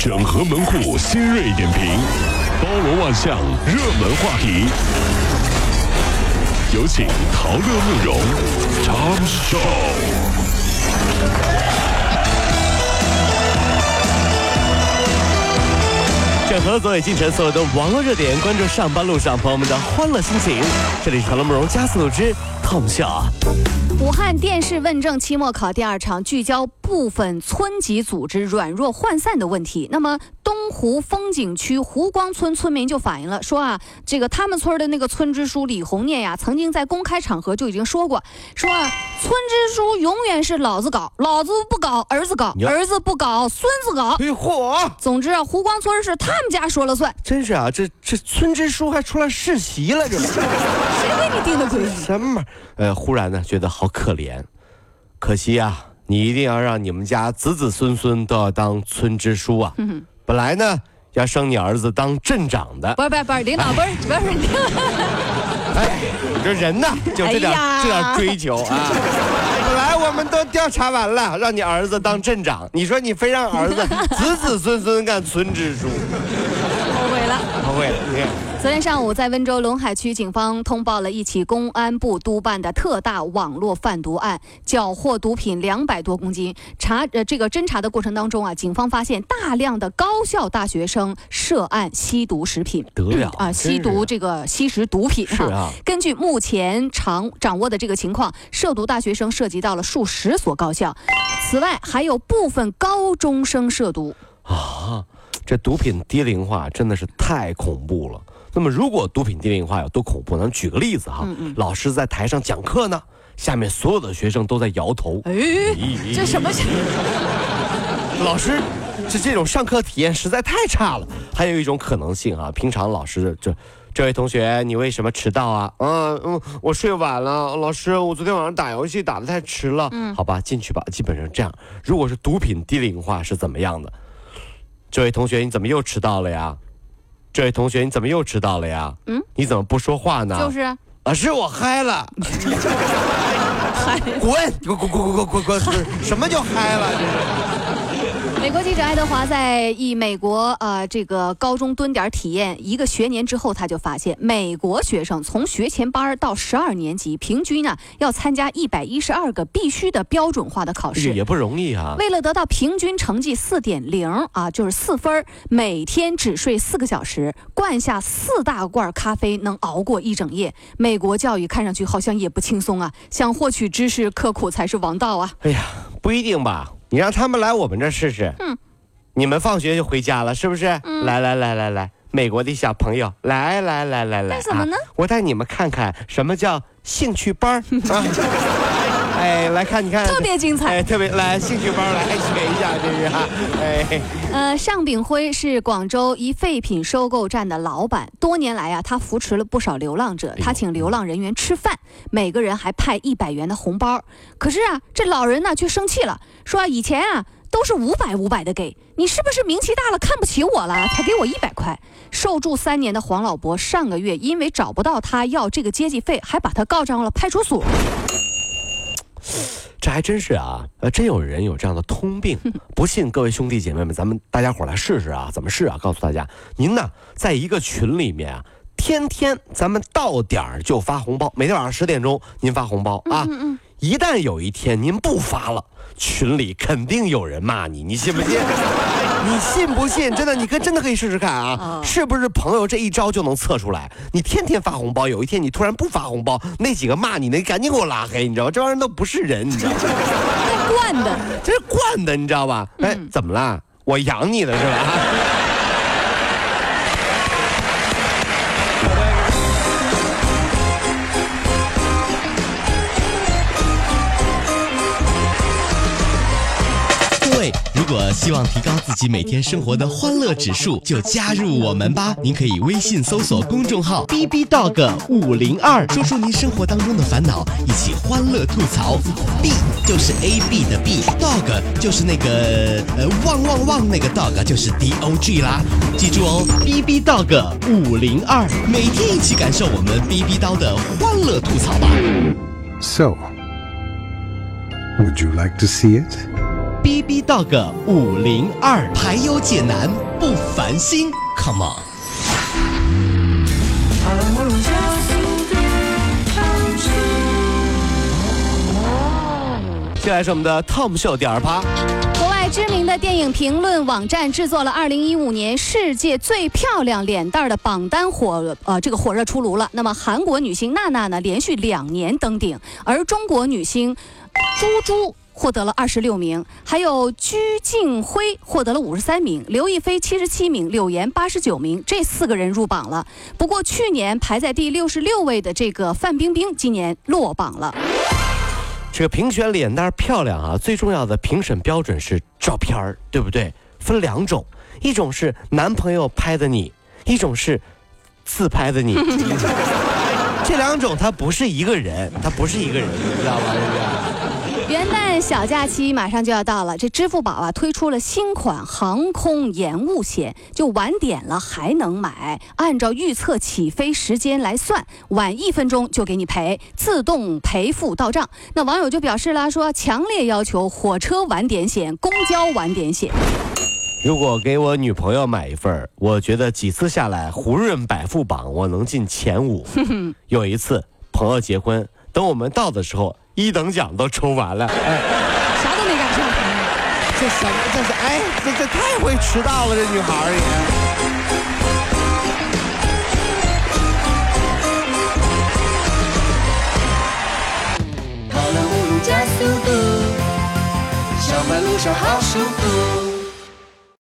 整合门户新锐点评，包罗万象，热门话题。有请陶乐慕容 Tom Show。 整合所有进城所有的网络热点，关注上班路上朋友们的欢乐心情。这里是陶乐慕容加速度之 Tom Show。 武汉电视问政期末考第二场聚焦部分村级组织软弱涣散的问题。那么东湖风景区湖光村村民就反映了，说这个他们村的那个村支书李红念呀，曾经在公开场合就已经说过，说村支书永远是老子搞，老子不搞儿子搞，儿子不搞孙子搞。 哎嚯！ 总之湖光村是他们家说了算。 真是啊，这村支书还出来世袭了，这是谁给你定的规矩？ 什么？忽然呢觉得好可怜，可惜啊，你一定要让你们家子子孙孙都要当村支书啊。本来呢要生你儿子当镇长的， 不是领导，不是你。 你这人呢就这点追求啊。本来我们都调查完了，让你儿子当镇长，你说你非让儿子子子孙孙干村支书， 后悔了。 你看。 昨天上午，在温州陇海区，警方通报了一起公安部督办的特大网络贩毒案，缴获毒品200多公斤。侦查的过程当中警方发现大量的高校大学生涉案吸毒食品，吸食毒品。 是啊。 根据目前掌握的这个情况，涉毒大学生涉及到了数十所高校，此外还有部分高中生涉毒啊。这毒品低龄化真的是太恐怖了。那么如果毒品低龄化有多恐怖呢？举个例子哈，老师在台上讲课呢，下面所有的学生都在摇头。 这什么？ 老师，这种上课体验实在太差了。还有一种可能性平常老师这位同学，你为什么迟到啊？我睡晚了，老师，我昨天晚上打游戏打得太迟了。好吧，进去吧。基本上这样。如果是毒品低龄化是怎么样的？这位同学，你怎么又迟到了呀？这位同学，你怎么又迟到了呀？你怎么不说话呢？ 就是是我嗨了。滚！什么叫嗨了？这是。 美国记者爱德华在美国这个高中蹲点体验1个学年之后，他就发现美国学生从学前班到12年级，平均要参加112个必须的标准化的考试， 也不容易啊。 为了得到平均成绩4.0就是4分，每天只睡4个小时，灌下4大罐咖啡，能熬过一整夜。美国教育看上去好像也不轻松啊，想获取知识，刻苦才是王道啊。 哎呀，不一定吧。你让他们来我们这试试。你们放学就回家了，是不是？来，美国的小朋友，来， 干什么呢？ 我带你们看看什么叫兴趣班来看，你看， 特别精彩。 特别来兴趣班来学一下，这是尚炳辉是广州一废品收购站的老板，多年来他扶持了不少流浪者，他请流浪人员吃饭，每个人还派100元的红包。可是这老人却生气了，说以前都是500的给你，是不是名气大了看不起我了，才给我100块？受助3年的黄老伯上个月因为找不到他要这个接济费，还把他告上了派出所。 这还真是真有人有这样的通病。不信各位兄弟姐妹们，咱们大家伙来试试怎么试告诉大家，您呢在一个群里面天天咱们到点儿就发红包，每天晚上10点钟您发红包一旦有一天您不发了，群里肯定有人骂你，你信不信？你信不信？真的，你真的可以试试看是不是朋友这一招就能测出来？你天天发红包，有一天你突然不发红包，那几个骂你的，你赶紧给我拉黑，你知道吗？这帮人都不是人，你知道吗？ 惯的， 这是惯的，你知道吧？怎么了？我养你的是吧？ 如果希望提高自己每天生活的欢乐指数，就加入我们吧。您可以微信搜索公众号 bbdog502， 说出您生活当中的烦恼，一起欢乐吐槽。B 就是 AB 的 B，dog 就是那个汪那个 dog 就是 DOG 啦。记住哦 bbdog502， 每天一起感受我们 BB 刀的欢乐吐槽吧。 So, would you like to see it? BB Dog 502，排忧解难不烦心 ，Come on。 接下来是我们的 Tom 秀第2趴。 国外知名的电影评论网站制作了2015年世界最漂亮脸蛋的榜单火热出炉了。那么韩国女星娜娜呢，连续2年登顶，而中国女星朱获得了26名，还有鞠婧祎获得了53名，刘亦菲77名，柳岩89名，这4个人入榜了。不过去年排在第66位的这个范冰冰今年落榜了。 这个评选脸蛋漂亮啊，最重要的评审标准是照片儿，对不对？分2种，一种是男朋友拍的你，一种是自拍的你。这2种它不是一个人，你知道吗？ 元旦小假期马上就要到了，这支付宝啊推出了新款航空延误险，就晚点了还能买，按照预测起飞时间来算，晚1分钟就给你赔，自动赔付到账。那网友就表示了，说强烈要求火车晚点险、公交晚点险。 如果给我女朋友买一份，我觉得几次下来，胡润百富榜我能进前5。有一次朋友结婚，等我们到的时候，1等奖都抽完了， 啥都没赶上。 这什么？这是这太会迟到了，这女孩儿也。 跑了5路加速度，上班路上好舒服。